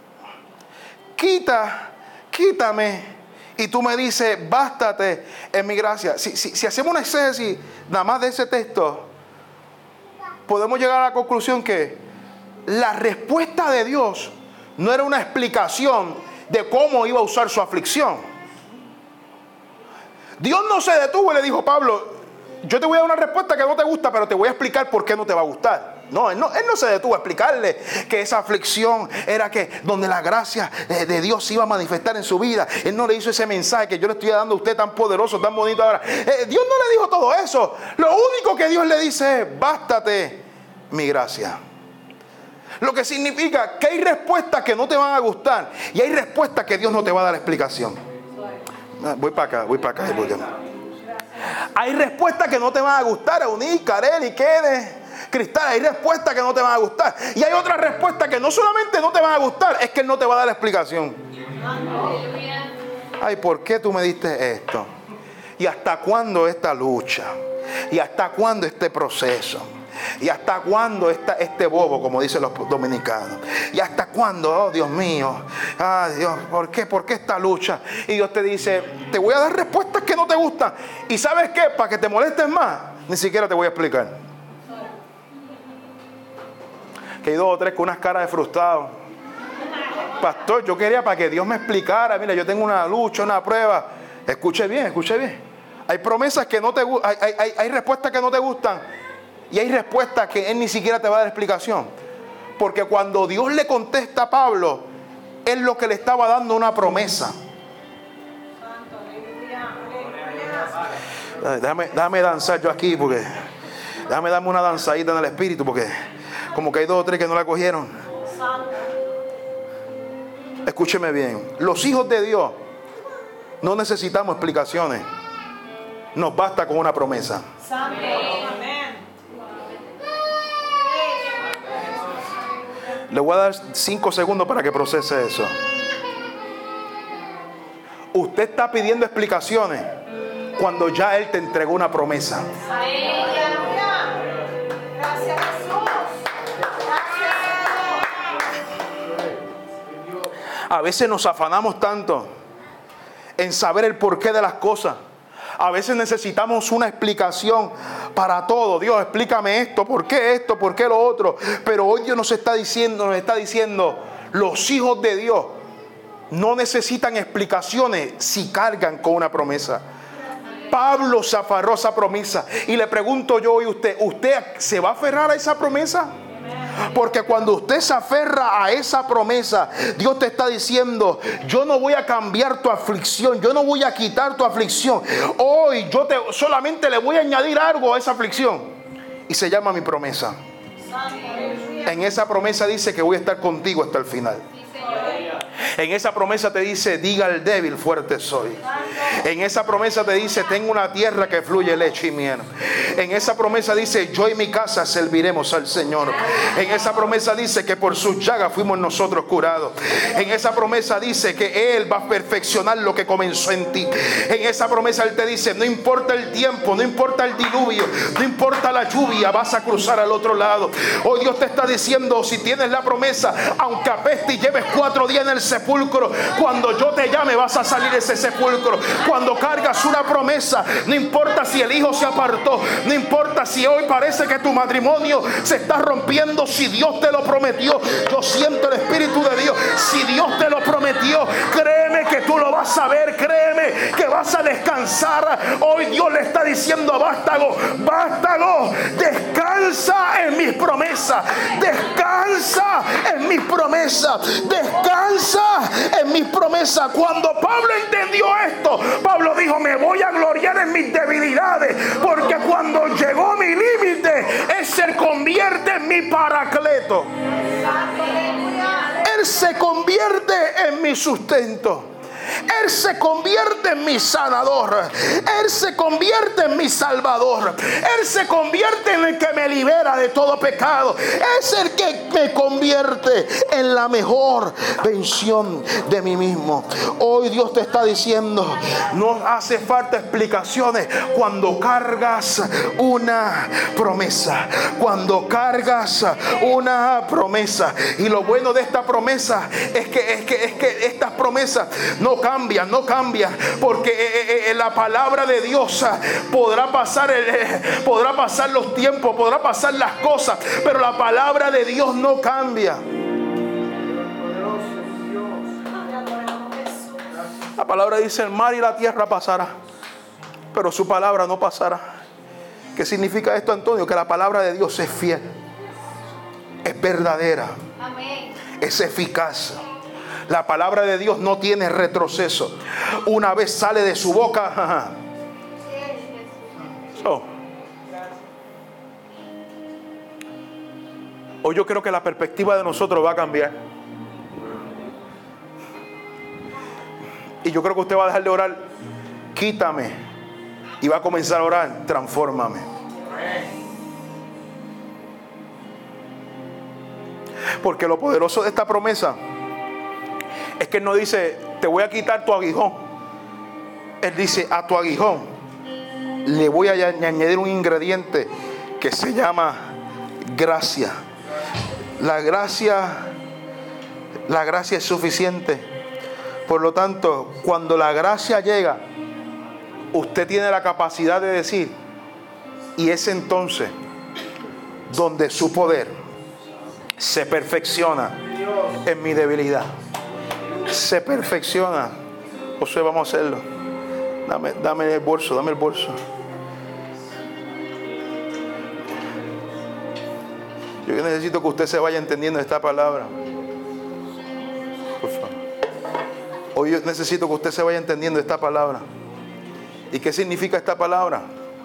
Quita, quítame. Y tú me dices, bástate en mi gracia. Si, si, si hacemos una exégesis nada más de ese texto, podemos llegar a la conclusión que la respuesta de Dios no era una explicación de cómo iba a usar su aflicción. Dios no se detuvo y le dijo, Pablo, yo te voy a dar una respuesta que no te gusta, pero te voy a explicar por qué no te va a gustar. No, él no, él no se detuvo a explicarle que esa aflicción era que donde la gracia de, de Dios se iba a manifestar en su vida. Él no le hizo ese mensaje que yo le estoy dando a usted tan poderoso, tan bonito ahora. Eh, Dios no le dijo todo eso. Lo único que Dios le dice es: bástate mi gracia. Lo que significa que hay respuestas que no te van a gustar y hay respuestas que Dios no te va a dar explicación. Voy para acá, voy para acá. Voy para acá. Hay respuestas que no te van a gustar, Eunice, Karel y Kede, Cristal. Hay respuestas que no te van a gustar. Y hay otras respuestas que no solamente no te van a gustar, es que Él no te va a dar la explicación. Ay, ¿por qué tú me diste esto? ¿Y hasta cuándo esta lucha? ¿Y hasta cuándo este proceso? ¿Y hasta cuándo esta, este bobo, como dicen los dominicanos? ¿Y hasta cuándo? Oh, Dios mío. Ay, Dios, ¿por qué? ¿Por qué esta lucha? Y Dios te dice: te voy a dar respuestas que no te gustan. ¿Y sabes qué? Para que te molestes más, ni siquiera te voy a explicar. Que hay dos o tres con unas caras de frustrado. Pastor, yo quería para que Dios me explicara. Mira, yo tengo una lucha, una prueba. Escuche bien, escuche bien. Hay promesas que no te gustan. Hay, hay, hay respuestas que no te gustan. Y hay respuestas que Él ni siquiera te va a dar explicación. Porque cuando Dios le contesta a Pablo, Él lo que le estaba dando una promesa. Déjame, déjame danzar yo aquí, porque déjame darme una danzadita en el espíritu, porque como que hay dos o tres que no la cogieron. Escúcheme bien. Los hijos de Dios no necesitamos explicaciones. Nos basta con una promesa. Le voy a dar cinco segundos para que procese eso. Usted está pidiendo explicaciones cuando ya Él te entregó una promesa. Gracias, Jesús. A veces nos afanamos tanto en saber el porqué de las cosas. A veces necesitamos una explicación para todo. Dios, explícame esto, ¿por qué esto? ¿Por qué lo otro? Pero hoy Dios nos está diciendo, nos está diciendo, los hijos de Dios no necesitan explicaciones si cargan con una promesa. Pablo se aferró a esa promesa. Y le pregunto yo hoy a usted, ¿usted se va a aferrar a esa promesa? Porque cuando usted se aferra a esa promesa, Dios te está diciendo: yo no voy a cambiar tu aflicción, yo no voy a quitar tu aflicción. Hoy yo te, solamente le voy a añadir algo a esa aflicción, y se llama mi promesa. En esa promesa dice que voy a estar contigo hasta el final. En esa promesa te dice: diga al débil, fuerte soy. En esa promesa te dice: tengo una tierra que fluye leche y miel. En esa promesa dice: yo y mi casa serviremos al Señor. En esa promesa dice que por sus llagas fuimos nosotros curados. En esa promesa dice que Él va a perfeccionar lo que comenzó en ti. En esa promesa Él te dice: no importa el tiempo, no importa el diluvio, no importa la lluvia, vas a cruzar al otro lado. Hoy Dios te está diciendo: si tienes la promesa, aunque apeste y lleves cuatro días en el sepulcro, cuando yo te llame vas a salir de ese sepulcro. Cuando cargas una promesa, no importa si el hijo se apartó, no importa si hoy parece que tu matrimonio se está rompiendo, si Dios te lo prometió, yo siento el Espíritu de Dios. Si Dios te lo prometió, créeme que tú lo vas a ver, créeme que vas a descansar. Hoy Dios le está diciendo a Vástago: Vástago, descansa en mis promesas, descansa en mis promesas, descansa en mis promesas. Cuando Pablo entendió esto, Pablo dijo: me voy a gloriar en mis debilidades, porque cuando llegó mi límite, Él se convierte en mi paracleto. Él se convierte en mi sustento. Él se convierte en mi sanador. Él se convierte en mi salvador. Él se convierte en el que me libera de todo pecado. Es el que me convierte en la mejor versión de mí mismo. Hoy Dios te está diciendo: no hace falta explicaciones cuando cargas una promesa. Cuando cargas una promesa. Y lo bueno de esta promesa es que, es que, es que estas promesas no cambian, no cambian, porque eh, eh, la palabra de Dios podrá pasar, eh, podrá pasar los tiempos, podrá pasar las cosas, pero la palabra de Dios no cambia. La palabra dice: el mar y la tierra pasará, pero su palabra no pasará. ¿Qué significa esto, Antonio? Que la palabra de Dios es fiel. es verdadera, Amén. es eficaz. La palabra de Dios no tiene retroceso. Una vez sale de su boca, oh. Hoy yo creo que la perspectiva de nosotros va a cambiar. Y yo creo que usted va a dejar de orar, quítame, y va a comenzar a orar, transfórmame. Porque lo poderoso de esta promesa es que Él no dice, te voy a quitar tu aguijón. Él dice, a tu aguijón le voy a añadir un ingrediente que se llama gracia. La gracia, la gracia es suficiente. Por lo tanto, cuando la gracia llega, usted tiene la capacidad de decir, y es entonces donde su poder se perfecciona en mi debilidad. Se perfecciona. José, vamos a hacerlo. Dame, dame el bolso, dame el bolso. Yo necesito que usted se vaya entendiendo esta palabra. Por favor. Hoy yo necesito que usted se vaya entendiendo esta palabra. ¿Y qué significa esta palabra?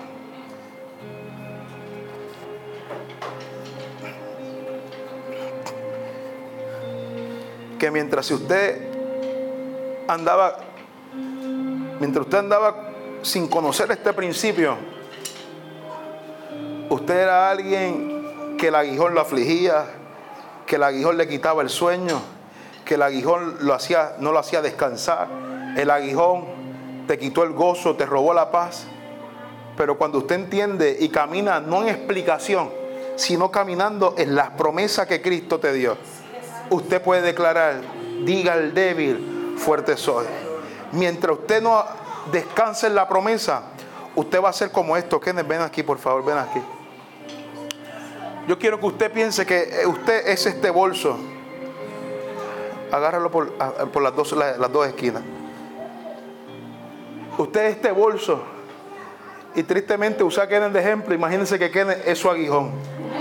Que mientras usted andaba, mientras usted andaba sin conocer este principio, usted era alguien que el aguijón lo afligía, que el aguijón le quitaba el sueño, que el aguijón lo hacía, no lo hacía descansar. El aguijón te quitó el gozo, te robó la paz. Pero cuando usted entiende y camina no en explicación, sino caminando en las promesas que Cristo te dio, usted puede declarar, diga al débil, fuerte soy. Mientras usted no descanse en la promesa, usted va a ser como esto. Kenneth, ven aquí, por favor, ven aquí. Yo quiero que usted piense que usted es este bolso. Agárralo por, por las, dos, las, las dos esquinas. Usted es este bolso. Y tristemente usa a Kenneth de ejemplo. Imagínense que Kenneth es su aguijón.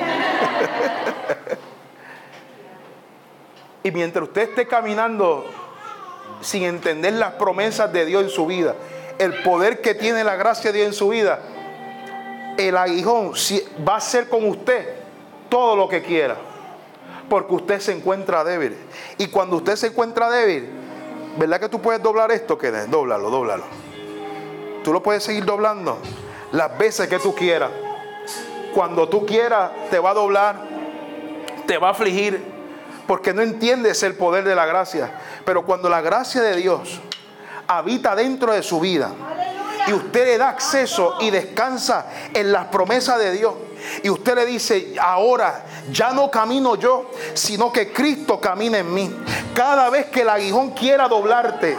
Y mientras usted esté caminando sin entender las promesas de Dios en su vida, el poder que tiene la gracia de Dios en su vida, el aguijón va a hacer con usted todo lo que quiera, porque usted se encuentra débil. Y cuando usted se encuentra débil, ¿verdad que tú puedes doblar esto? Que dóblalo, dóblalo. Tú lo puedes seguir doblando las veces que tú quieras. Cuando tú quieras te va a doblar, te va a afligir, porque no entiendes el poder de la gracia. Pero cuando la gracia de Dios habita dentro de su vida y usted le da acceso y descansa en las promesas de Dios, y usted le dice, ahora ya no camino yo, sino que Cristo camina en mí. Cada vez que el aguijón quiera doblarte,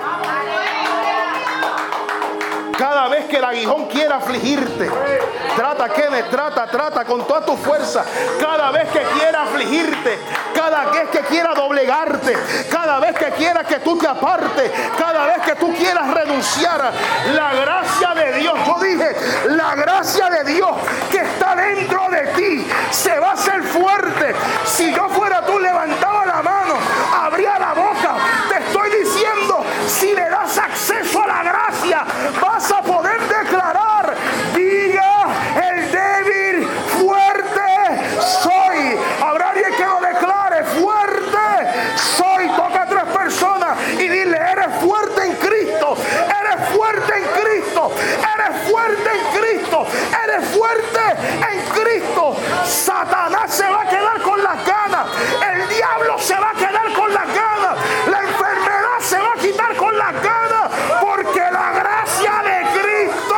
cada vez que el aguijón quiera afligirte, trata, Kenneth, trata, trata con toda tu fuerza. Cada vez que quiera afligirte, cada vez que quiera doblegarte, cada vez que quiera que tú te apartes, cada vez que tú quieras renunciar, la gracia de Dios, yo dije, la gracia de Dios que está dentro de ti se va a hacer fuerte. Si yo fuera tú, levantaba la mano, abría la boca. Te estoy diciendo, si le das acceso a la gracia, vas a poder declarar, diga el débil, fuerte soy. Habrá alguien que lo declare, fuerte soy. Toca a tres personas y dile, eres fuerte en Cristo, eres fuerte en Cristo, eres fuerte en Cristo, eres fuerte en Cristo. Satanás se va a quedar con las ganas, el diablo se va a quedar con las ganas, la enfermedad se va a quitar con las ganas, porque la gracia de Cristo,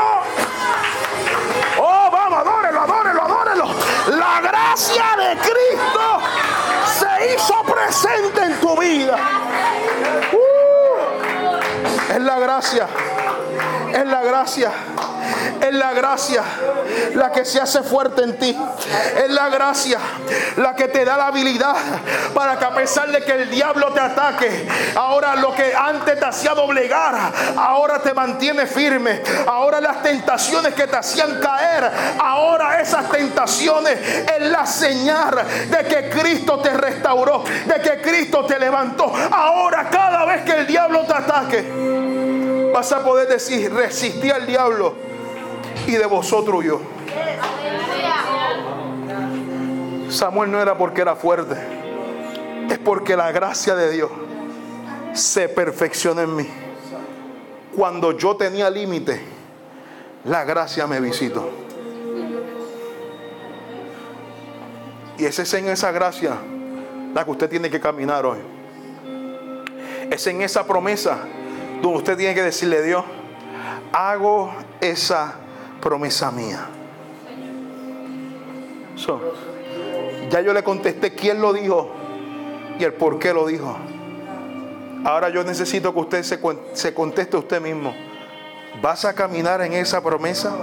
oh vamos, adórelo, adórelo, adórelo, la gracia de Cristo se hizo presente en tu vida. Uh, es la gracia, es la gracia, Es la gracia la que se hace fuerte en ti. Es la gracia la que te da la habilidad para que, a pesar de que el diablo te ataque, ahora lo que antes te hacía doblegar, ahora te mantiene firme. Ahora las tentaciones que te hacían caer, ahora esas tentaciones es la señal de que Cristo te restauró, de que Cristo te levantó. Ahora cada vez que el diablo te ataque, vas a poder decir: resistí al diablo y de vosotros huyó. Samuel no era porque era fuerte, es porque la gracia de Dios se perfecciona en mí. Cuando yo tenía límite, la gracia me visitó. Y esa es en esa gracia la que usted tiene que caminar hoy. Es en esa promesa donde usted tiene que decirle a Dios: hago esa promesa mía. So, ya yo le contesté quién lo dijo y el por qué lo dijo. Ahora yo necesito que usted se, se conteste a usted mismo: ¿vas a caminar en esa promesa?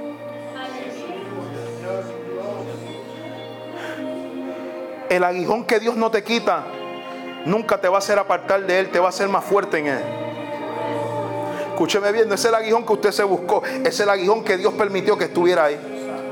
El aguijón que Dios no te quita nunca te va a hacer apartar de Él, te va a hacer más fuerte en Él. Escúcheme bien, no es el aguijón que usted se buscó, es el aguijón que Dios permitió que estuviera ahí.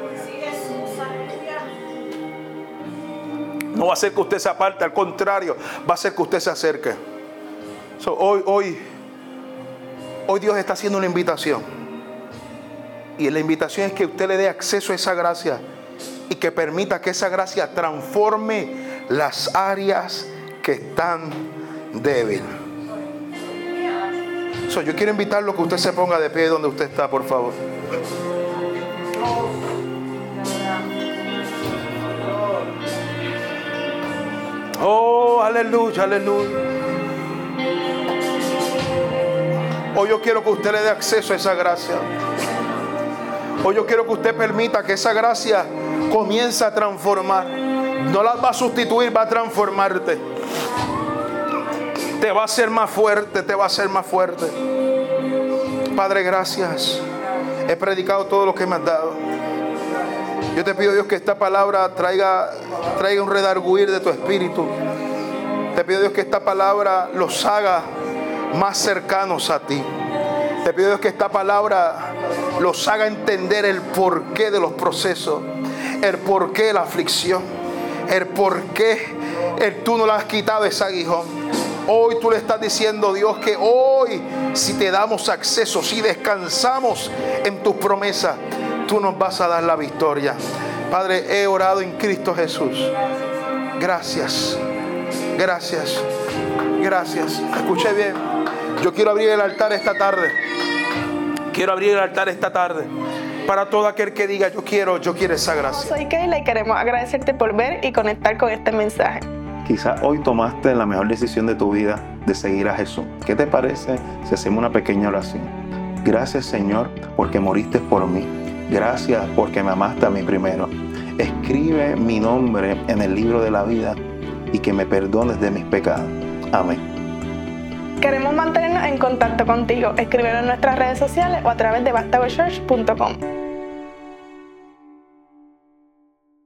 No va a hacer que usted se aparte, al contrario, va a hacer que usted se acerque. So, hoy, hoy, hoy Dios está haciendo una invitación. Y la invitación es que usted le dé acceso a esa gracia y que permita que esa gracia transforme las áreas que están débiles. So, yo quiero invitarlo a que usted se ponga de pie donde usted está, por favor. Oh, aleluya, aleluya. Hoy yo quiero que usted le dé acceso a esa gracia. Hoy yo quiero que usted permita que esa gracia comience a transformar. No la va a sustituir, va a transformarte. Te va a hacer más fuerte, te va a hacer más fuerte. Padre, gracias. He predicado todo lo que me has dado. Yo te pido, Dios, que esta palabra traiga, traiga un redarguir de tu espíritu. Te pido, Dios, que esta palabra los haga más cercanos a ti. Te pido, Dios, que esta palabra los haga entender el porqué de los procesos, el porqué de la aflicción, el porqué el tú no le has quitado ese aguijón. Hoy tú le estás diciendo, Dios, que hoy, si te damos acceso, si descansamos en tus promesas, tú nos vas a dar la victoria. Padre, he orado en Cristo Jesús. Gracias, gracias, gracias. Escuché bien. Yo quiero abrir el altar esta tarde. Quiero abrir el altar esta tarde para todo aquel que diga: yo quiero, yo quiero esa gracia. Soy Keila y queremos agradecerte por ver y conectar con este mensaje. Quizás hoy tomaste la mejor decisión de tu vida de seguir a Jesús. ¿Qué te parece si hacemos una pequeña oración? Gracias, Señor, porque moriste por mí. Gracias porque me amaste a mí primero. Escribe mi nombre en el libro de la vida y que me perdones de mis pecados. Amén. Queremos mantenernos en contacto contigo. Escríbelo en nuestras redes sociales o a través de vástago church punto com.